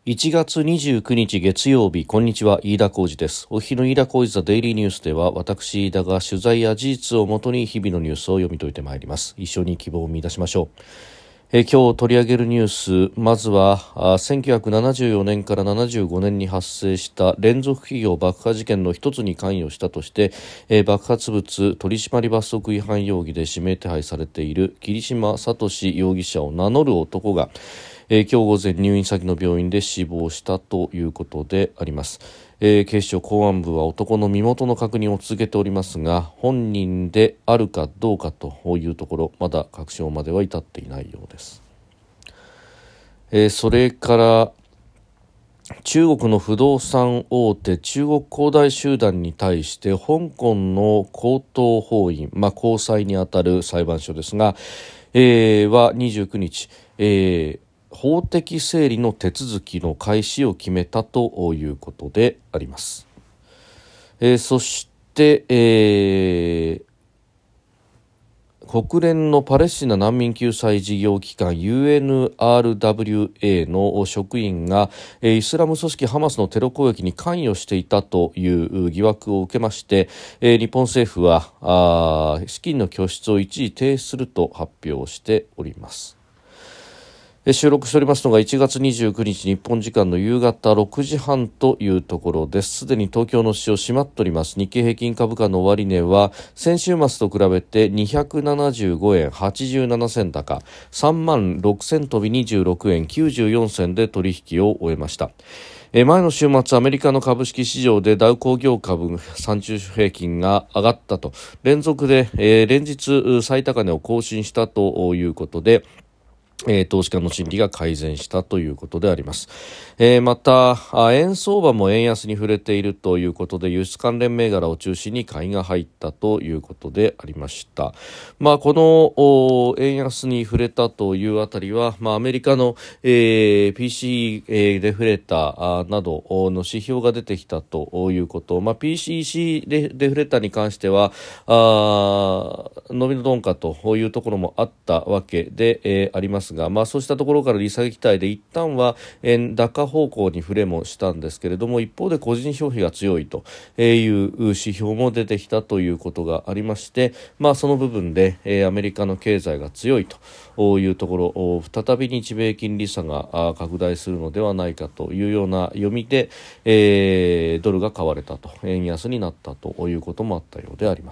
1月29日月曜日、こんにちは、飯田浩司です。お昼の飯田浩司ザデイリーニュースでは、私飯田が取材や事実をもとに日々のニュースを読み解いてまいります。一緒に希望を見出しましょう。今日取り上げるニュース、まずは1974年から75年に発生した連続企業爆破事件の一つに関与したとして、爆発物取締罰則違反容疑で指名手配されている桐島聡容疑者を名乗る男が、今日午前入院先の病院で死亡したということであります。警視庁公安部は男の身元の確認を続けておりますが、本人であるかどうかというところ、まだ確証までは至っていないようです。それから中国の不動産大手中国恒大集団に対して香港の高等法院、高裁にあたる裁判所ですが、は29日、法的整理の手続きの開始を決めたということであります。そして、国連のパレスチナ難民救済事業機関 UNRWA の職員がイスラム組織ハマスのテロ攻撃に関与していたという疑惑を受けまして、日本政府は資金の拠出を一時停止すると発表しております。収録しておりますのが1月29日日本時間の夕方6時半というところです。すでに東京の市場閉まっております。日経平均株価の終値は先週末と比べて275円87銭高、3万6000飛び26円94銭で取引を終えました。前の週末アメリカの株式市場でダウ工業株30種平均が上がったと連続で、連日最高値を更新したということで、投資家の心理が改善したということであります。また円相場も円安に触れているということで輸出関連銘柄を中心に買いが入ったということでありました。この円安に触れたというあたりは、アメリカの、PC デフレーターなどの指標が出てきたということ、PCC デフレーターに関しては伸びの鈍化というところもあったわけで、ありますが、そうしたところから利下げ期待で一旦は円高方向に触れもしたんですけれども、一方で個人消費が強いという指標も出てきたということがありまして、その部分でアメリカの経済が強いというところ、再び日米金利差が拡大するのではないかというような読みで、ドルが買われたと、円安になったということもあったようであります。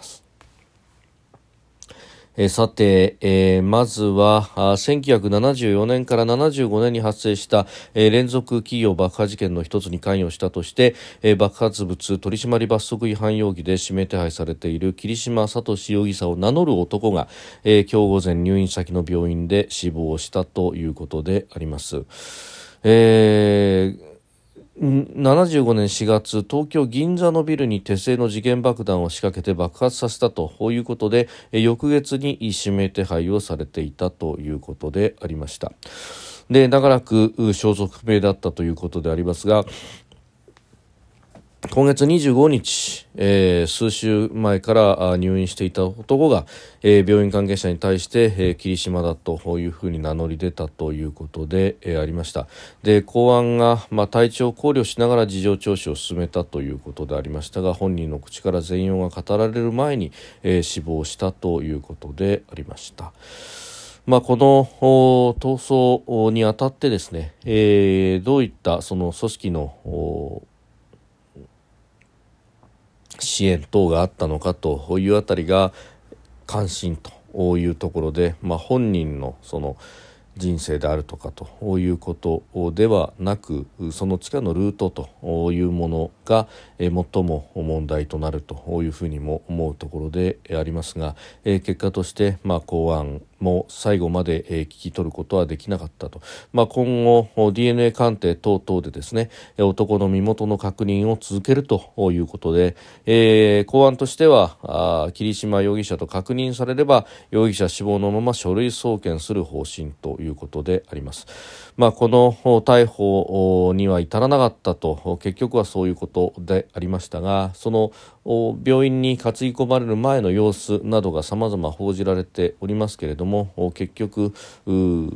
さて、まずは1974年から75年に発生した、連続企業爆破事件の一つに関与したとして、爆発物取締罰則違反容疑で指名手配されている桐島聡容疑者を名乗る男が、今日午前入院先の病院で死亡したということであります。75年4月、東京銀座のビルに手製の時限爆弾を仕掛けて爆発させたということで、翌月に指名手配をされていたということでありました。で、長らく消息不明だったということでありますが、今月25日、数週前から入院していた男が、病院関係者に対して、桐島だというふうに名乗り出たということで、ありました。で、公安が、体調を考慮しながら事情聴取を進めたということでありましたが、本人の口から全容が語られる前に、死亡したということでありました。この逃走にあたってですね、どういったその組織の支援等があったのかというあたりが関心というところで、本人のその人生であるとかということではなく、その地下のルートというものが最も問題となるというふうにも思うところでありますが、結果として公安も最後まで聞き取ることはできなかったと。今後 DNA 鑑定等々でですね、男の身元の確認を続けるということで、公安としては桐島容疑者と確認されれば容疑者死亡のまま書類送検する方針ということであります。この逮捕には至らなかったと、結局はそういうことでありましたが、その病院に担ぎ込まれる前の様子などが様々報じられておりますけれども、結局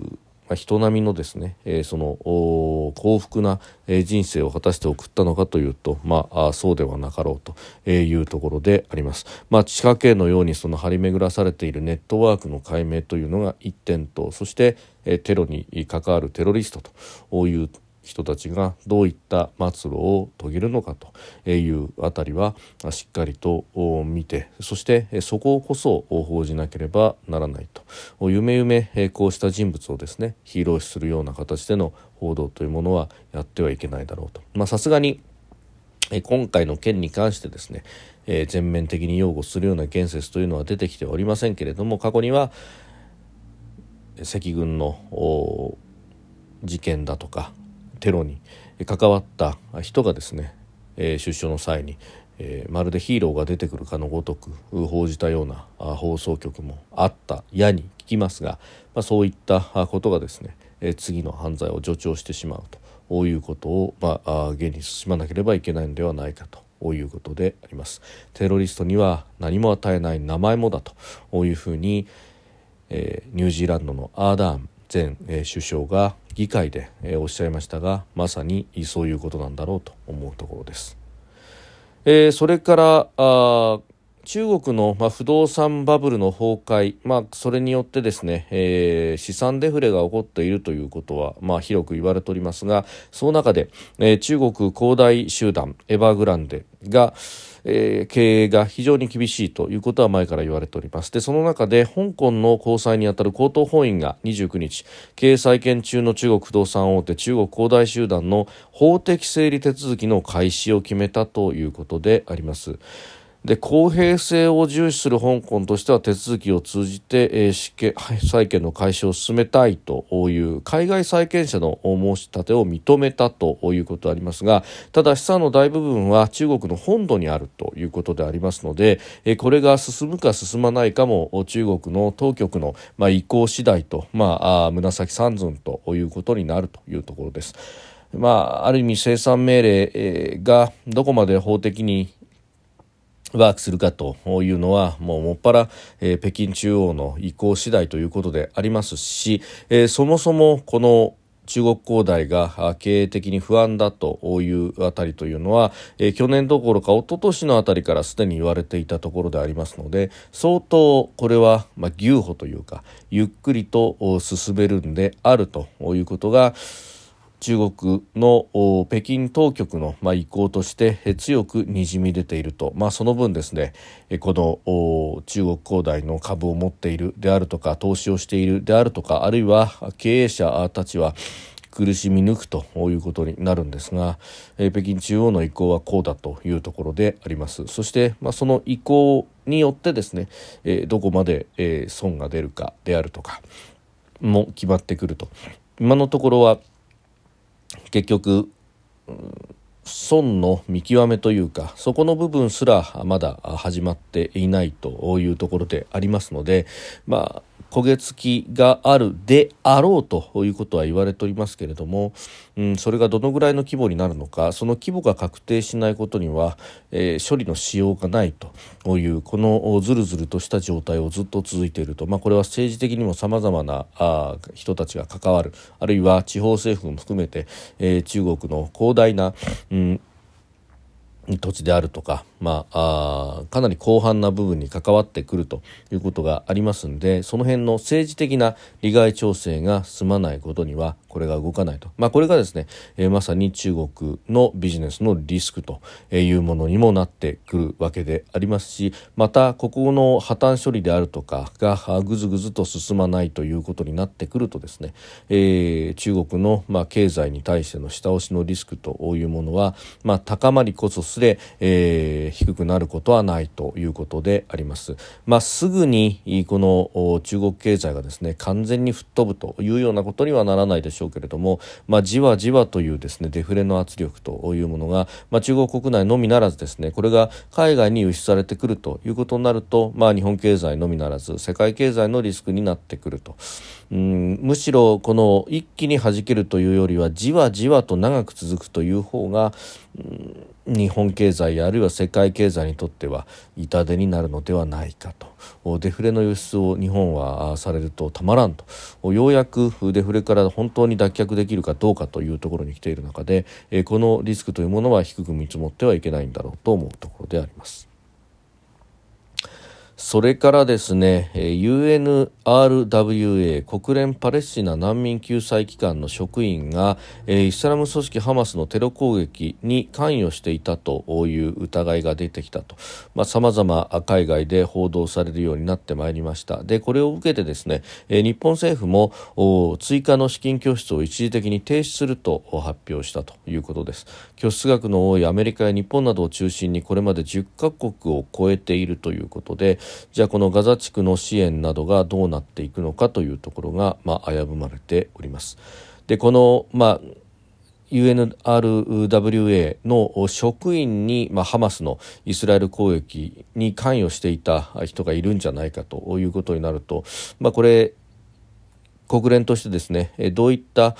人並みのですね、その幸福な人生を果たして送ったのかというと、そうではなかろうというところであります。地下系のようにその張り巡らされているネットワークの解明というのが一点と、そしてテロに関わるテロリストという人たちがどういった末路を遂げるのかというあたりはしっかりと見て、そしてそここそ報じなければならないと、夢こうした人物をですねヒーロー視するような形での報道というものはやってはいけないだろうと。さすがに今回の件に関してですね、全面的に擁護するような言説というのは出てきておりませんけれども、過去には赤軍の事件だとかテロに関わった人がですね、出所の際に、まるでヒーローが出てくるかのごとく報じたような放送局もあったやに聞きますが、そういったことがですね、次の犯罪を助長してしまうということを、現に進まなければいけないのではないかということであります。テロリストには何も与えない名前もだというふうに、ニュージーランドのアーダーン前首相が議会でおっしゃいましたが、まさにそういうことなんだろうと思うところです。それから中国の不動産バブルの崩壊、それによってですね、資産デフレが起こっているということは、広く言われておりますが、その中で、中国恒大集団エバーグランデが、経営が非常に厳しいということは前から言われております。で、その中で香港の高裁にあたる高等法院が29日、経営再建中の中国不動産大手中国恒大集団の法的整理手続きの開始を決めたということであります。で、公平性を重視する香港としては手続きを通じて、債権の開始を進めたいという海外債権者の申し立てを認めたということでありますが、ただ資産の大部分は中国の本土にあるということでありますので、これが進むか進まないかも中国の当局の意向次第と、紫三寸ということになるというところです。ある意味清算命令がどこまで法的にワークするかというのはもっぱら、北京中央の意向次第ということでありますし、そもそもこの中国恒大が経営的に不安だというあたりというのは、去年どころか一昨年のあたりからすでに言われていたところでありますので、相当これは牛歩というかゆっくりと進めるんであるということが中国の北京当局の意向として強くにじみ出ていると、その分ですね、この中国恒大の株を持っているであるとか投資をしているであるとか、あるいは経営者たちは苦しみ抜くということになるんですが、北京中央の意向はこうだというところであります。そして、その意向によってですね、どこまで、損が出るかであるとかも決まってくると。今のところは結局損の見極めというか、そこの部分すらまだ始まっていないというところでありますので、焦げ付きがあるであろうということは言われておりますけれども、それがどのぐらいの規模になるのか、その規模が確定しないことには、処理のしようがないというこのずるずるとした状態をずっと続いていると、これは政治的にも様々な人たちが関わる、あるいは地方政府も含めて、中国の広大な、土地であるとか、かなり広範な部分に関わってくるということがありますので、その辺の政治的な利害調整が進まないことにはこれが動かないと、これがですね、まさに中国のビジネスのリスクというものにもなってくるわけでありますし、またここの破綻処理であるとかがぐずぐずと進まないということになってくるとですね、中国の経済に対しての下押しのリスクというものは高まりこそすれ、低くなることはないということであります。すぐにこの中国経済がですね完全に吹っ飛ぶというようなことにはならないでしょうけれども、じわじわというですねデフレの圧力というものが、中国国内のみならずですね、これが海外に輸出されてくるということになると、日本経済のみならず世界経済のリスクになってくると。むしろこの一気に弾けるというよりはじわじわと長く続くという方が日本経済あるいは世界経済にとっては痛手になるのではないかと。デフレの輸出を日本はされるとたまらんと。ようやくデフレから本当に脱却できるかどうかというところに来ている中で、このリスクというものは低く見積もってはいけないんだろうと思うところであります。それからですね、UNRWA 国連パレスチナ難民救済機関の職員がイスラム組織ハマスのテロ攻撃に関与していたという疑いが出てきたと、様々海外で報道されるようになってまいりました。で、これを受けてですね、日本政府も追加の資金拠出を一時的に停止すると発表したということです。拠出額の多いアメリカや日本などを中心にこれまで10カ国を超えているということで、じゃあこのガザ地区の支援などがどうなっていくのかというところが、危ぶまれております。で、この、UNRWA の職員に、ハマスのイスラエル攻撃に関与していた人がいるんじゃないかということになると、これ国連としてですね、どういった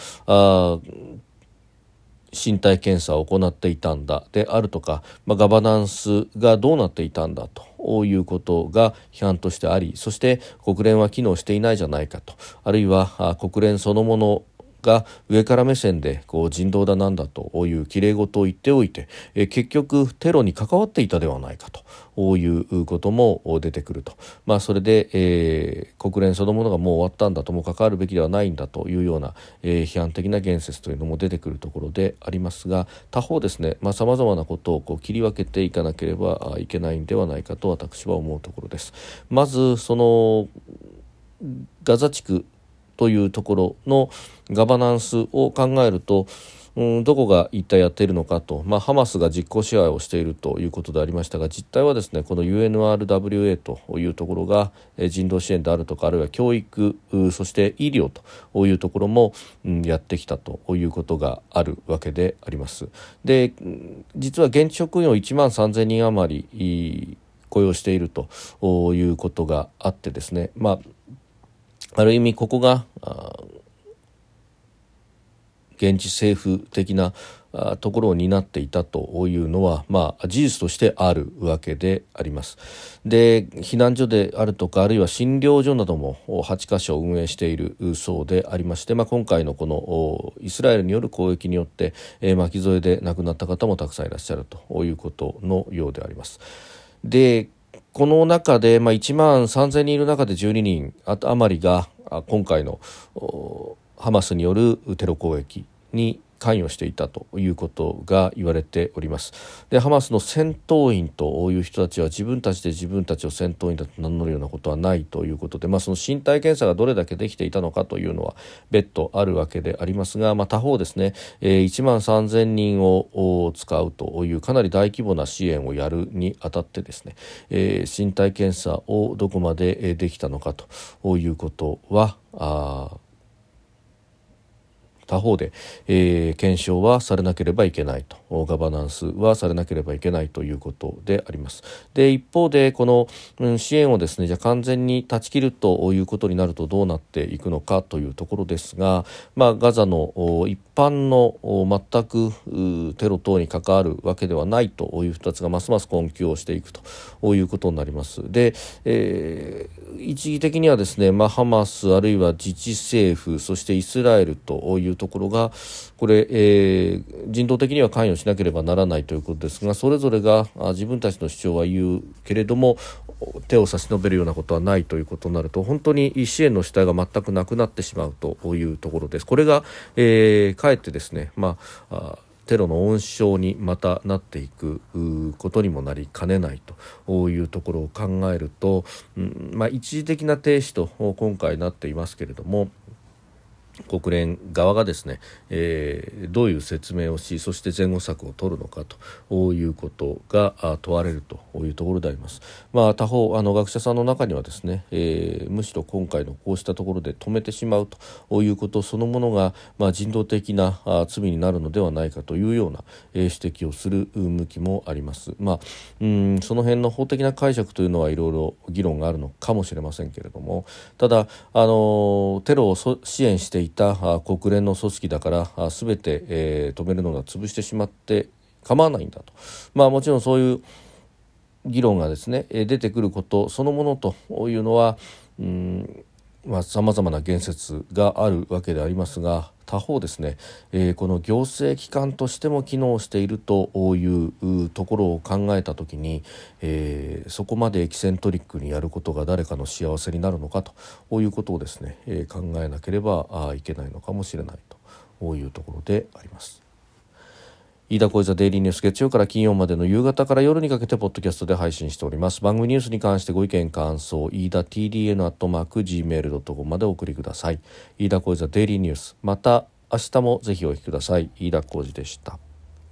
身体検査を行っていたんだであるとか、ガバナンスがどうなっていたんだということが批判としてあり、そして国連は機能していないじゃないかと、あるいは国連そのものが上から目線で人道だなんだというきれい事を言っておいて、結局テロに関わっていたではないかということも出てくると、それで、国連そのものがもう終わったんだと、もう関わるべきではないんだというような、批判的な言説というのも出てくるところでありますが、他方ですね、さまざまなことを切り分けていかなければいけないんではないかと私は思うところです。まずそのガザ地区というところのガバナンスを考えると、どこが一体やっているのかと、ハマスが実効支配をしているということでありましたが、実態はですね、この UNRWA というところが人道支援であるとか、あるいは教育、そして医療というところもやってきたということがあるわけであります。で、実は現地職員を1万3000人余り雇用しているということがあってですね、ある意味ここが現地政府的なところを担っていたというのは、事実としてあるわけであります。で、避難所であるとか、あるいは診療所なども8カ所運営しているそうでありまして、今回のこのイスラエルによる攻撃によって巻き添えで亡くなった方もたくさんいらっしゃるということのようであります。で、この中で、1万3000人いる中で12人余りが今回のハマスによるテロ攻撃に関与していたということが言われております。で、ハマスの戦闘員という人たちは自分たちで自分たちを戦闘員だと名乗るようなことはないということで、その身体検査がどれだけできていたのかというのは別途あるわけでありますが、他方ですね、1万3000人を使うというかなり大規模な支援をやるにあたってですね、身体検査をどこまでできたのかということは他方で、検証はされなければいけないと、ガバナンスはされなければいけないということであります。で、一方でこの、支援をですね、じゃあ完全に断ち切るということになるとどうなっていくのかというところですが、ガザの一般の全くテロ等に関わるわけではないという人たちがますます困窮をしていくということになります。で、一義的にはですね、ハマスあるいは自治政府、そしてイスラエルというところがこれ、人道的には関与しなければならないということですが、それぞれが自分たちの主張は言うけれども手を差し伸べるようなことはないということになると、本当に支援の主体が全くなくなってしまうというところです。これが、かえってですね、テロの温床にまたなっていくことにもなりかねないというところを考えると、一時的な停止と今回なっていますけれども、国連側がですね、どういう説明をし、そして前後策を取るのかということが問われるというところであります。他方学者さんの中にはですね、むしろ今回のこうしたところで止めてしまうということそのものが、人道的な罪になるのではないかというような、指摘をする向きもあります。その辺の法的な解釈というのはいろいろ議論があるのかもしれませんけれども、ただテロを支援していた国連の組織だから全て、止めるのが潰してしまって構わないんだと、もちろんそういう議論がですね出てくることそのものというのはさまざまな言説があるわけでありますが、他方ですね、この行政機関としても機能しているというところを考えたときに、そこまでエキセントリックにやることが誰かの幸せになるのかということをですね、考えなければいけないのかもしれないというところであります。飯田浩司ザデイリーニュース、月曜から金曜までの夕方から夜にかけてポッドキャストで配信しております。番組ニュースに関してご意見感想、飯田 TDN@gmail.com までお送りください。飯田浩司ザデイリーニュース、また明日もぜひお聞きください。飯田浩司でした。